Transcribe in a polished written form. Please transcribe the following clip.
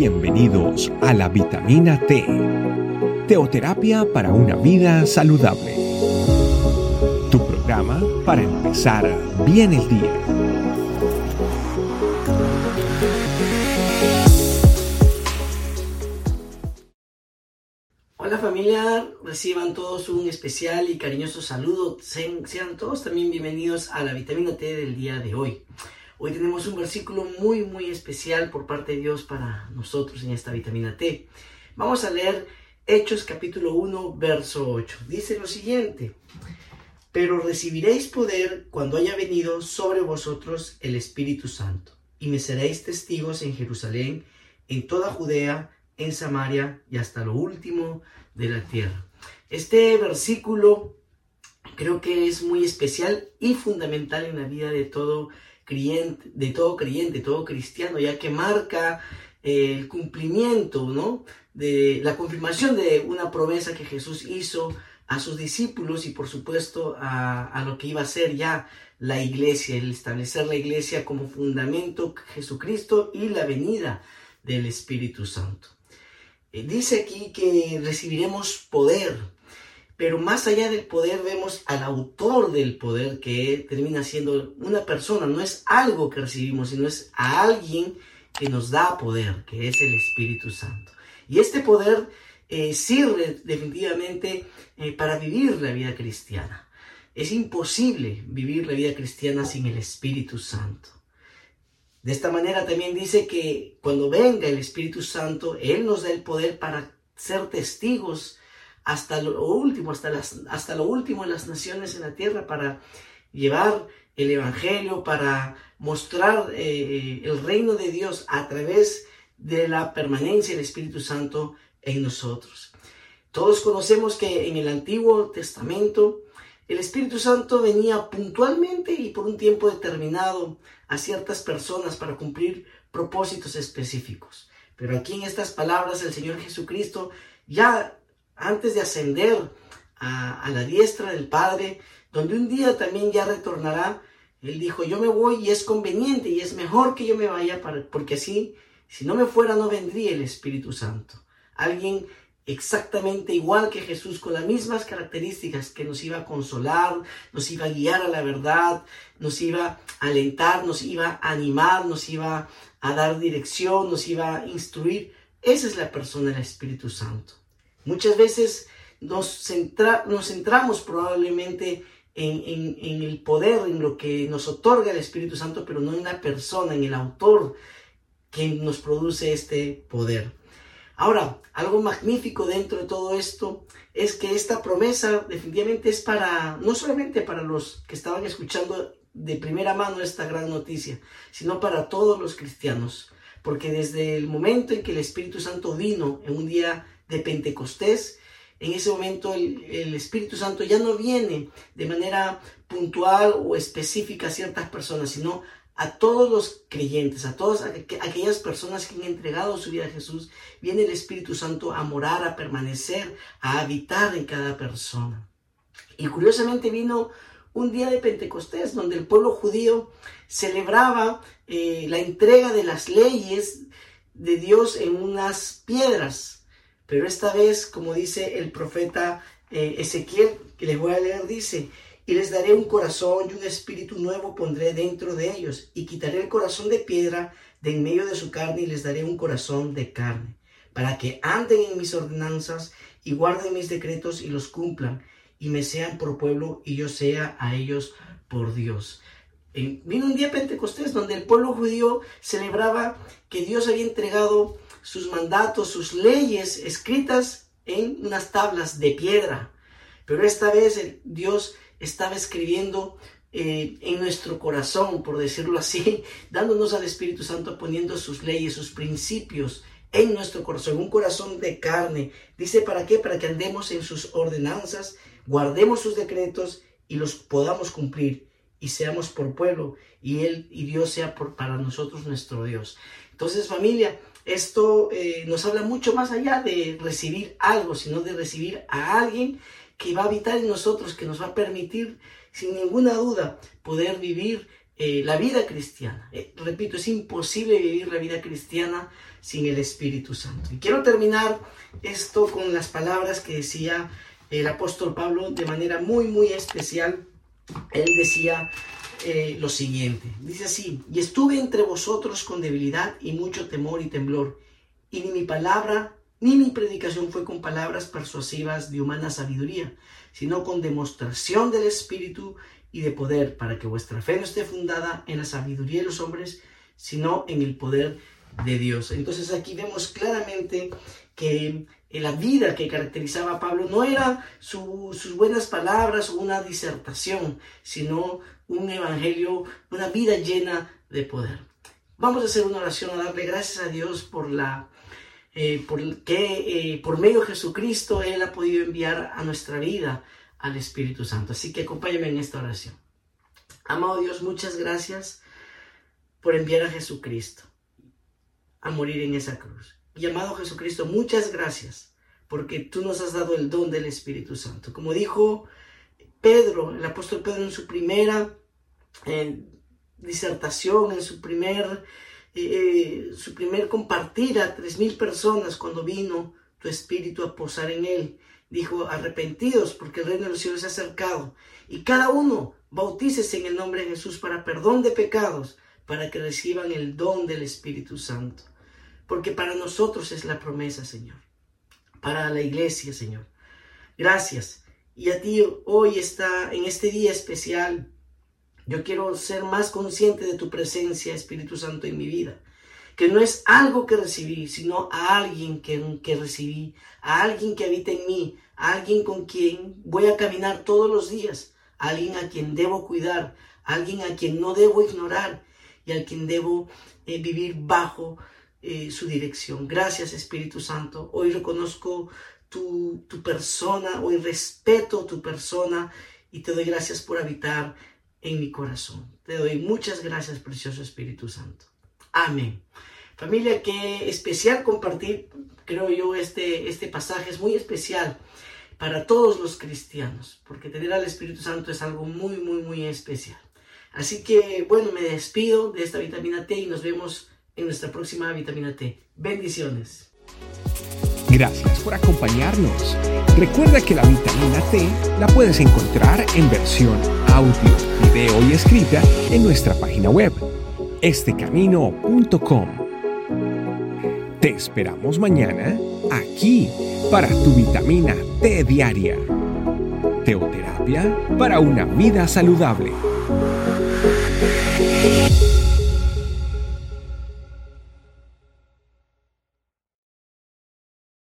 Bienvenidos a la Vitamina T, teoterapia para una vida saludable. Tu programa para empezar bien el día. Hola familia, reciban todos un especial y cariñoso saludo. Sean todos también bienvenidos a la Vitamina T del día de hoy. Hoy tenemos un versículo muy especial por parte de Dios para nosotros en esta Vitamina T. Vamos a leer Hechos capítulo 1, verso 8. Dice lo siguiente: pero recibiréis poder cuando haya venido sobre vosotros el Espíritu Santo, y me seréis testigos en Jerusalén, en toda Judea, en Samaria y hasta lo último de la tierra. Este versículo creo que es muy especial y fundamental en la vida de todo creyente, todo cristiano, ya que marca el cumplimiento, ¿no?, de la confirmación de una promesa que Jesús hizo a sus discípulos y por supuesto a lo que iba a ser ya la iglesia, el establecer la iglesia como fundamento Jesucristo y la venida del Espíritu Santo. Dice aquí que recibiremos poder, pero más allá del poder vemos al autor del poder, que termina siendo una persona. No es algo que recibimos, sino es a alguien que nos da poder, que es el Espíritu Santo. Y este poder sirve definitivamente para vivir la vida cristiana. Es imposible vivir la vida cristiana sin el Espíritu Santo. De esta manera también dice que cuando venga el Espíritu Santo, Él nos da el poder para ser testigos hasta lo último de las naciones en la tierra, para llevar el Evangelio, para mostrar el reino de Dios a través de la permanencia del Espíritu Santo en nosotros. Todos conocemos que en el Antiguo Testamento el Espíritu Santo venía puntualmente y por un tiempo determinado a ciertas personas para cumplir propósitos específicos. Pero aquí en estas palabras el Señor Jesucristo, ya antes de ascender a la diestra del Padre, donde un día también ya retornará, Él dijo: yo me voy y es conveniente y es mejor que yo me vaya, porque así, si no me fuera, no vendría el Espíritu Santo. Alguien exactamente igual que Jesús, con las mismas características, que nos iba a consolar, nos iba a guiar a la verdad, nos iba a alentar, nos iba a animar, nos iba a dar dirección, nos iba a instruir. Esa es la persona del Espíritu Santo. Muchas veces nos centramos probablemente en el poder, en lo que nos otorga el Espíritu Santo, pero no en la persona, en el autor que nos produce este poder. Ahora, algo magnífico dentro de todo esto es que esta promesa definitivamente es no solamente para los que estaban escuchando de primera mano esta gran noticia, sino para todos los cristianos. Porque desde el momento en que el Espíritu Santo vino en un día de Pentecostés, en ese momento el Espíritu Santo ya no viene de manera puntual o específica a ciertas personas, sino a todos los creyentes, a todas aquellas personas que han entregado su vida a Jesús. Viene el Espíritu Santo a morar, a permanecer, a habitar en cada persona. Y curiosamente vino un día de Pentecostés, donde el pueblo judío celebraba la entrega de las leyes de Dios en unas piedras. Pero esta vez, como dice el profeta Ezequiel, que les voy a leer, dice: y les daré un corazón y un espíritu nuevo pondré dentro de ellos, y quitaré el corazón de piedra de en medio de su carne, y les daré un corazón de carne, para que anden en mis ordenanzas y guarden mis decretos y los cumplan, y me sean por pueblo y yo sea a ellos por Dios. Vino un día Pentecostés donde el pueblo judío celebraba que Dios había entregado sus mandatos, sus leyes escritas en unas tablas de piedra. Pero esta vez Dios estaba escribiendo en nuestro corazón, por decirlo así, dándonos al Espíritu Santo, poniendo sus leyes, sus principios en nuestro corazón, un corazón de carne. Dice, ¿para qué? Para que andemos en sus ordenanzas, guardemos sus decretos y los podamos cumplir, y seamos por pueblo, y Él y Dios sea para nosotros nuestro Dios. Entonces, familia, esto nos habla mucho más allá de recibir algo, sino de recibir a alguien que va a habitar en nosotros, que nos va a permitir, sin ninguna duda, poder vivir la vida cristiana. Repito, es imposible vivir la vida cristiana sin el Espíritu Santo. Y quiero terminar esto con las palabras que decía el apóstol Pablo de manera muy, muy especial. Él decía lo siguiente, dice así: y estuve entre vosotros con debilidad y mucho temor y temblor, y ni mi palabra ni mi predicación fue con palabras persuasivas de humana sabiduría, sino con demostración del Espíritu y de poder, para que vuestra fe no esté fundada en la sabiduría de los hombres, sino en el poder de Dios. Entonces aquí vemos claramente que la vida que caracterizaba a Pablo no era sus buenas palabras o una disertación, sino un evangelio, una vida llena de poder. Vamos a hacer una oración, a darle gracias a Dios por medio de Jesucristo Él ha podido enviar a nuestra vida al Espíritu Santo. Así que acompáñame en esta oración. Amado Dios, muchas gracias por enviar a Jesucristo a morir en esa cruz. Y amado Jesucristo, muchas gracias porque tú nos has dado el don del Espíritu Santo. Como dijo Pedro, el apóstol Pedro, en su primera disertación, en su primer compartir a 3,000 personas cuando vino tu Espíritu a posar en él, dijo: arrepentidos porque el reino de los cielos se ha acercado, y cada uno bautícese en el nombre de Jesús para perdón de pecados, para que reciban el don del Espíritu Santo. Porque para nosotros es la promesa, Señor, para la iglesia, Señor. Gracias. Y a ti hoy en este día especial, yo quiero ser más consciente de tu presencia, Espíritu Santo, en mi vida. Que no es algo que recibí, sino a alguien que recibí, a alguien que habita en mí, a alguien con quien voy a caminar todos los días, a alguien a quien debo cuidar, a alguien a quien no debo ignorar y a quien debo vivir bajo su dirección. Gracias, Espíritu Santo. Hoy reconozco tu persona, hoy respeto tu persona y te doy gracias por habitar en mi corazón. Te doy muchas gracias, precioso Espíritu Santo. Amén. Familia, qué especial compartir, creo yo, este pasaje es muy especial para todos los cristianos, porque tener al Espíritu Santo es algo muy, muy, muy especial. Así que, bueno, me despido de esta vitamina T y nos vemos en nuestra próxima vitamina T. Bendiciones. Gracias por acompañarnos. Recuerda que la vitamina T la puedes encontrar en versión audio, video y escrita en nuestra página web, estecamino.com. Te esperamos mañana aquí para tu vitamina T diaria. Teoterapia para una vida saludable.